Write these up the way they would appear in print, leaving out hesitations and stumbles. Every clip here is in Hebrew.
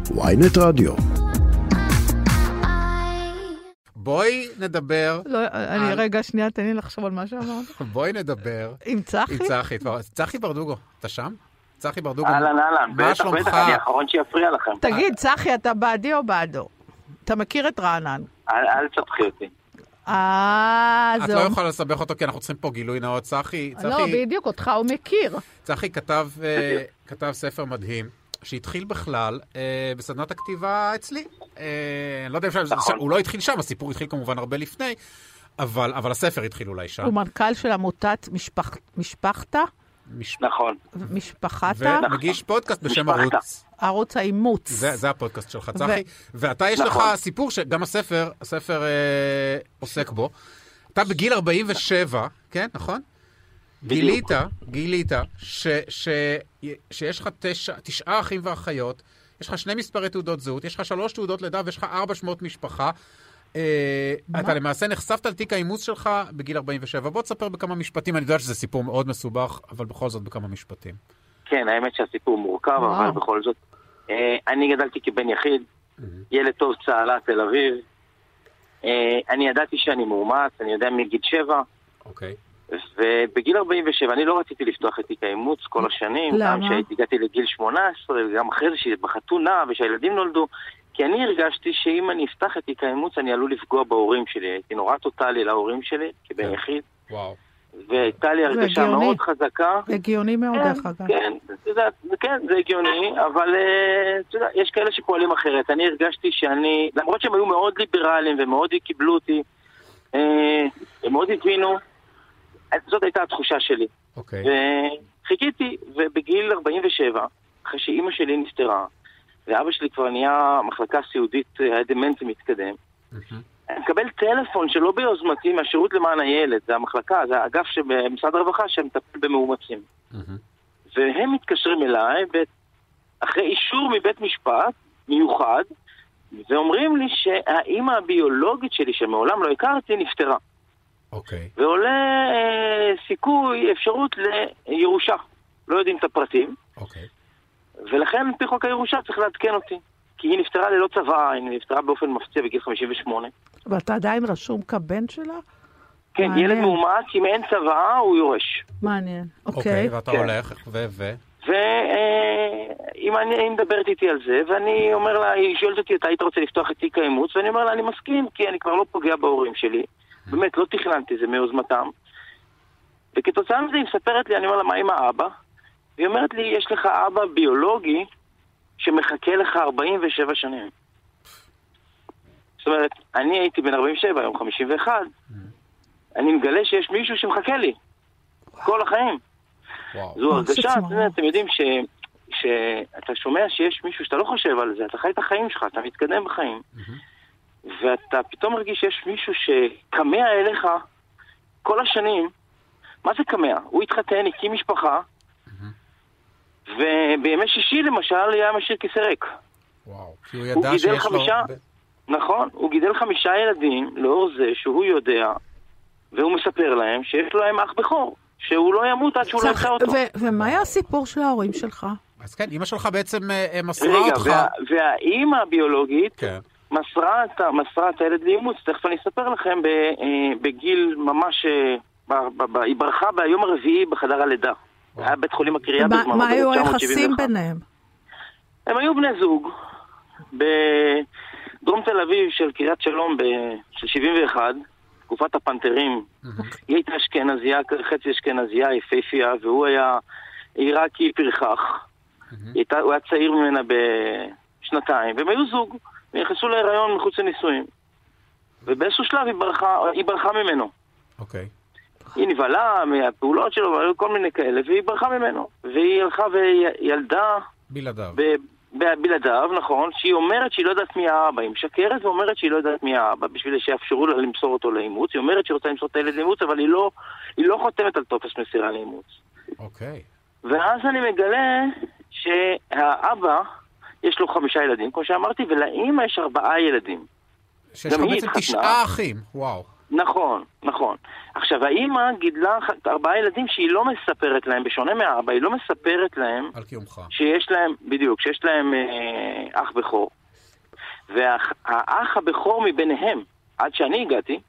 ynet רדיו. בואי נדבר... לא, אני רגע שנייה, תן לי לחשוב על מה שאמרת. בואי נדבר... עם צחי? עם צחי. צחי ברדוגו, אתה שם? צחי ברדוגו. אהלן, מה בטח, שלומך? אני האחרון שיפריע לכם. תגיד, צחי, אתה בעדי או בעדו? אתה מכיר את רענן? אל תצחי אותי. את לא יכולה לסבך אותו, כי אנחנו צריכים פה גילוי נאות. צחי... לא, בדיוק, אותך הוא מכיר. צחי כתב ספר מדהים, שהתחיל בכלל בסדנת הכתיבה אצלי. אני לא יודע אם הוא לא התחיל שם, הסיפור התחיל כמובן הרבה לפני, אבל הספר התחיל אולי שם. הוא מנכ"ל של עמותת משפחתה? נכון. משפחתה? ומגיש פודקאסט בשם ערוץ האימוץ. זה הפודקאסט שלך, צחי. ואתה יש לך סיפור שגם הספר עוסק בו. אתה בגיל 47, כן, נכון? גילית שיש לך 9 אחים ואחיות, יש לך 2 מספרי תעודות זהות, יש לך 3 תעודות לידה ויש לך 4 שמות משפחה. אתה למעשה נחשפת על תיק האימוץ שלך בגיל 47. בוא תספר בכמה משפטים, אני יודע שזה סיפור מאוד מסובך, אבל בכל זאת בכמה משפטים. כן, האמת שהסיפור מורכב, אבל בכל זאת. אני גדלתי כבן יחיד, ילד טוב צהלה, תל אביב. אני ידעתי שאני מאומץ, אני יודע מגיל 7. אוקיי. ובגיל 47 אני לא רציתי לפתוח את תיק האימוץ כל השנים. למה? גם שהגעתי לגיל 18, וגם אחרי זה שבחתונה ושהילדים נולדו. כי אני הרגשתי שאם אני אפתח את תיק האימוץ, אני עלול לפגוע בהורים שלי. הייתי נורא טוטלי להורים שלי, כבן יחיד. וואו. והייתה לי הרגשה מאוד חזקה. הגיוני מאוד, דרך אגב. כן, זה הגיוני, אבל יש כאלה שפועלים אחרת. אני הרגשתי שאני, למרות שהם היו מאוד ליברליים ומאוד קיבלו אותי, ומאוד הבינו, זאת הייתה התחושה שלי. וחיכיתי, ובגיל 47, אחרי שאימא שלי נפטרה, ואבא שלי כבר נהיה מחלקה סיעודית, היה דמנטי מתקדם, אני מקבל טלפון שלא ביוזמתי מהשירות למען הילד, זה המחלקה, זה האגף במשרד הרווחה שמטפל במאומצים. והם מתקשרים אליי, אחרי אישור מבית משפט מיוחד, ואומרים לי שהאימא הביולוגית שלי, שמעולם לא הכרתי, נפטרה. ועולה סיכוי, אפשרות לירושה. לא יודעים את הפרטים. ולכן, פי חוק הירושה, צריך לעדכן אותי. כי היא נפטרה ללא צבא, היא נפטרה באופן מפציע בגיל 58. ואתה עדיין רשום כבן שלה? כן, ילד מאומץ, אם אין צבא, הוא יורש. מעניין, אוקיי. ואתה הולך, היא מדברת איתי על זה, ואני אומר לה, היא שואלת אותי, אתה היית רוצה לפתוח את תיק האימוץ? ואני אומר לה, אני מסכים, כי אני כבר לא פוגע בהורים שלי. באמת, לא תכננתי זה מיוזמתם. וכתוצאה מזה היא מספרת לי, אני אומר לה, מה עם האבא? והיא אומרת לי, יש לך אבא ביולוגי שמחכה לך 47 שנים. זאת אומרת, אני הייתי בן 47, היום 51. אני מגלה שיש מישהו שמחכה לי. כל החיים. זו הרגשה, אתם יודעים שאתה שומע שיש מישהו שאתה לא חושב על זה, אתה חי את החיים שלך, אתה מתקדם בחיים. ואתה פתאום מרגיש שיש מישהו שקמע אליך כל השנים. מה זה קמע? הוא התחתן, הקים משפחה, ובימי שישי למשל היה משאיר כיסא ריק. וואו, כי הוא ידע שיש לו... נכון, הוא גידל 5 ילדים לאור זה שהוא יודע, והוא מספר להם שיש לו אח בכור, שהוא לא ימות עד שהוא לא ימצא אותו. ומה היה הסיפור של ההורים שלך? אז כן, אמא שלך בעצם מסרה אותך... והאמא הביולוגית מסרה את הילד לאימוץ, תכף אני אספר לכם, בגיל ממש... היא ברחה ביום הרביעי בחדר הלידה. היה בית חולים הקריה בזמנו. מה היו היחסים ביניהם? הם היו בני זוג בדרום תל אביב של קריית שלום של 71, תקופת הפנתרים. היא הייתה אשכנזייה, חצי אשכנזייה, יפהפייה, והוא היה עיראקי פרחח. הוא היה צעיר ממנה בשנתיים, והם היו זוג, ונכנסו להיריון מחוץ לנישואים. ובאיזשהו שלב היא ברחה ממנו. אוקיי. היא נבהלה מהפעולות שלו, והיו כל מיני כאלה, והיא ברחה ממנו. והיא הלכה וילדה... בלעדיו, נכון, שהיא אומרת שהיא לא יודעת מי האבא. היא משקרת ואומרת שהיא לא יודעת מי האבא, בשביל שיאפשרו לה למסור אותו לאימוץ. היא אומרת שהיא רוצה למסור את הילד לאימוץ, אבל היא לא חותמת על טופס מסירה לאימוץ. אוקיי. ואז אני מגלה שהאבא, יש לו 5 ילדים, כמו שאמרתי, ולאמא יש 4 ילדים. שיש לך בעצם 9 אחים, וואו. נכון, נכון. עכשיו, האמא גידלה 4 ילדים שהיא לא מספרת להם, בשונה מהאבא, היא לא מספרת להם על קיומך. שיש להם, בדיוק, שיש להם אח בכור. והאח הבכור מביניהם, עד שאני הגעתי,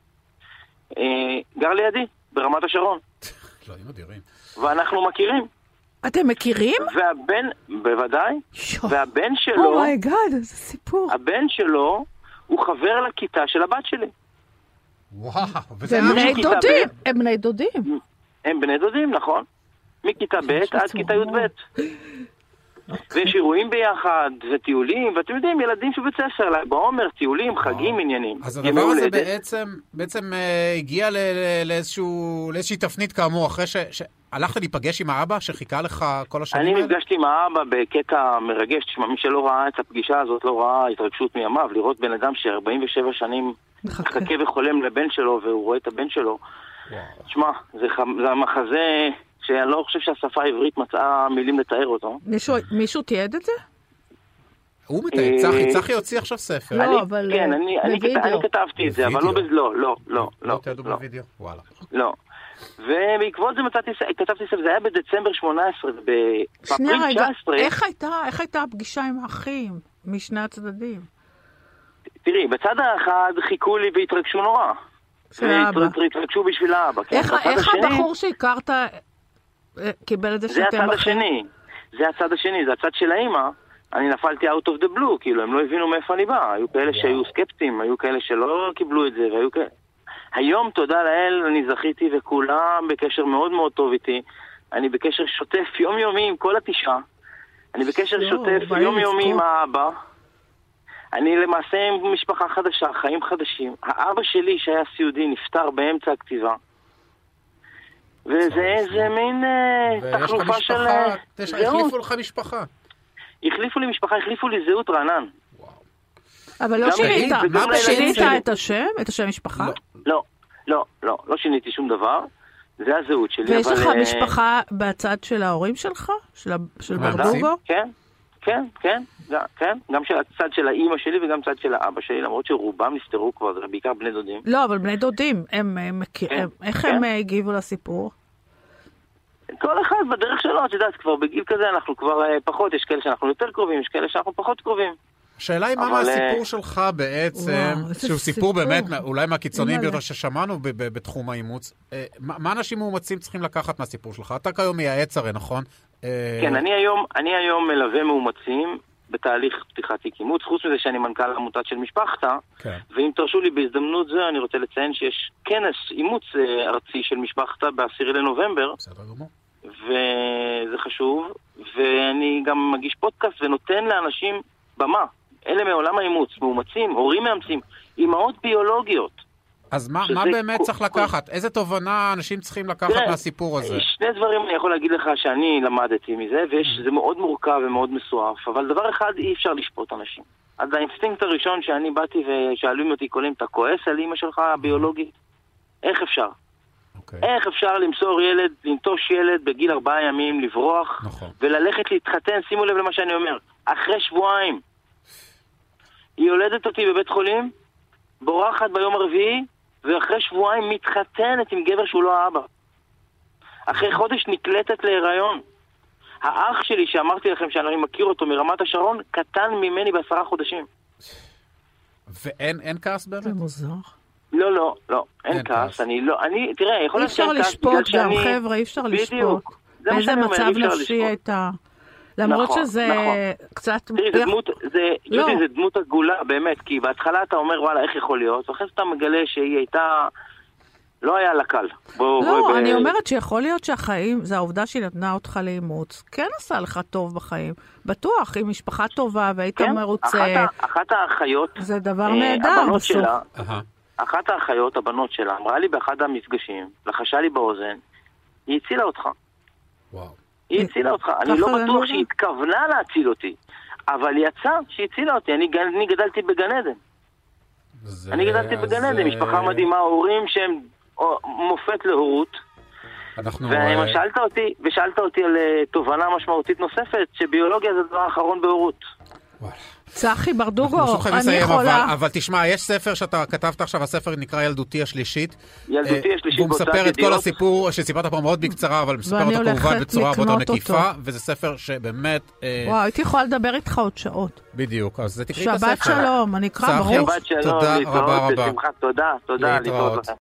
גר לידי, ברמת השרון. לא, הם אדירים. ואנחנו מכירים. אתם מכירים? והבן, בוודאי, והבן שלו, אומייגאד, איזה סיפור. הבן שלו הוא חבר לכיתה של הבת שלי. וואו, והם בני דודים, הם בני דודים. הם בני דודים, נכון. מכיתה ב' עד כיתה י"ב. ויש אירועים ביחד, וטיולים, ואתם יודעים, ילדים של בית ספר, בעומר, טיולים, חגים, עניינים. אז הדבר הזה בעצם הגיע לאיזושהי תפנית כאמור, אחרי שהלכת להיפגש עם האבא שחיכה לך כל השנים אני האלה? נפגשתי עם האבא בקטע מרגש, תשמע, מי שלא ראה את הפגישה הזאת לא ראה התרגשות מימיו, לראות בן אדם ש47 שנים מחכה וחולם לבן שלו, והוא רואה את הבן שלו. תשמע, זה המחזה שאני לא חושב שהשפה העברית מצאה מילים לתאר אותו. מישהו תיעד את זה? הוא מתאר, צחי הוציא עכשיו ספר. לא, אבל כן, אני כתבתי את זה, אבל לא. לא תיעדו בווידאו? וואלה. לא. ובעקבות זה כתבתי ספר, זה היה בדצמבר 18, שנייה באפריל רגע, 19. איך הייתה הפגישה עם האחים משני הצדדים? תראי, בצד האחד חיכו לי והתרגשו נורא. של האבא. התרגשו בשביל האבא. איך הבחור שהכרת קיבל את זה שאתם אחים? זה הצד השני, זה הצד של האמא. אני נפלתי out of the blue, כאילו הם לא הבינו מאיפה אני בא. היו כאלה שהיו סקפטים, היו כאלה שלא קיבלו את זה, והיו כאלה... היום, תודה לאל, אני זכיתי וכולם בקשר מאוד מאוד טוב איתי. אני בקשר שוטף יומיומי עם כל 9. אני בקשר שוטף יומיומי עם האבא. אני למעשה עם משפחה חדשה, חיים חדשים. האבא שלי שהיה סיעודי נפטר באמצע הכתיבה. וזה איזה מין תחלופה של... החליפו לך משפחה. החליפו לי משפחה, החליפו לי זהות רענן. אבל לא שינית, שינית את השם? את השם משפחה? לא שיניתי שום דבר. זה הזהות שלי. ויש לך משפחה בצד של ההורים שלך? של ברדוגו? כן. גם של הצד של האמא שלי וגם צד של האבא שלי, למרות שרובם נסתרו כבר, זה בעיקר בני דודים. לא, אבל בני דודים, איך הם הגיבו לסיפור? כל אחד בדרך שלו, את יודעת, כבר בגיל כזה אנחנו כבר פחות, יש כאלה שאנחנו יותר קרובים, יש כאלה שאנחנו פחות קרובים. השאלה היא מה מהסיפור שלך בעצם, שהוא סיפור באמת, אולי מהקיצוניים ביותר ששמענו בתחום האימוץ, מה אנשים מאומצים צריכים לקחת מהסיפור שלך? אתה כיום מייעץ הרי, נכון? כן, אני היום מלווה מאומצים בתהליך פתיחת תיק אימוץ, חוץ מזה שאני מנכ"ל עמותת של משפחתה, ואם תרשו לי בהזדמנות זו, אני רוצה לציין שיש כנס אימוץ ארצי של משפחתה ב10 לנובמבר, וזה חשוב, ואני גם מגיש פודקאסט ונותן לאנשים במה. אלה מעולם האימוץ, מאומצים, הורים מאמצים, אימהות ביולוגיות. אז מה באמת צריך לקחת? איזה תובנה אנשים צריכים לקחת מהסיפור הזה? שני דברים אני יכול להגיד לך שאני למדתי מזה, וזה מאוד מורכב ומאוד מסועף, אבל דבר אחד אי אפשר לשפוט אנשים. אז האינסטינקט הראשון שאני באתי ושאלו אותי קולים, אתה כועס על אמא שלך הביולוגית? איך אפשר? איך אפשר למסור ילד, לנטוש ילד בגיל 4 ימים, לברוח, וללכת להתחתן, שימו לב למה שאני אומר, אחרי שבועיים. היא יולדת אותי בבית חולים, בורחת ביום הרביעי, ואחרי שבועיים מתחתנת עם גבר שהוא לא האבא. אחרי חודש נקלטת להיריון. האח שלי שאמרתי לכם שאני מכיר אותו מרמת השרון, קטן ממני ב10 חודשים. ואין כעס באמת? זה מוזר. לא, אין כעס. תראה, יכול להיות שאין כעס. אי אפשר לשפוט גם, חבר'ה, אי אפשר לשפוט. באיזה מצב נפשי הייתה. למרות שזה קצת... תראי, זה דמות עגולה, באמת, כי בהתחלה אתה אומר, וואלה, איך יכול להיות? ואחרי אתה מגלה שהיא הייתה... לא היה לה קל. לא, אני אומרת שיכול להיות שהחיים, זה העובדה שהיא נתנה אותך לאימוץ, כן עשה לך טוב בחיים. בטוח, עם משפחה טובה, והיית מרוצה. אחת האחיות... זה דבר נהדר בסוף. אחת האחיות, הבנות שלה, אמרה לי באחד המפגשים, לחשה לי באוזן, היא הצילה אותך. וואו. היא הצילה אותך. אני לא בטוח שהיא התכוונה להציל אותי, אבל יצא שהיא הצילה אותי. אני גדלתי בגן עדן. אני גדלתי בגן עדן, משפחה מדהימה, הורים שהם מופת להורות. ושאלת אותי על תובנה משמעותית נוספת, שביולוגיה זה דבר האחרון בהורות. צחי ברדוגו, אני יכולה... אבל תשמע, יש ספר שאתה כתבת עכשיו, הספר נקרא ילדותי השלישית. ילדותי השלישית. והוא מספר את כל הסיפור שסיפרת פה מאוד בקצרה, אבל מספר אותו כמובן בצורה הרבה יותר מקיפה, וזה ספר שבאמת... וואו, הייתי יכולה לדבר איתך עוד שעות. בדיוק, אז תקראי את הספר. שבת שלום, אני אקרא ברוך. שבת שלום, תודה רבה רבה. תודה, להתראות לכם.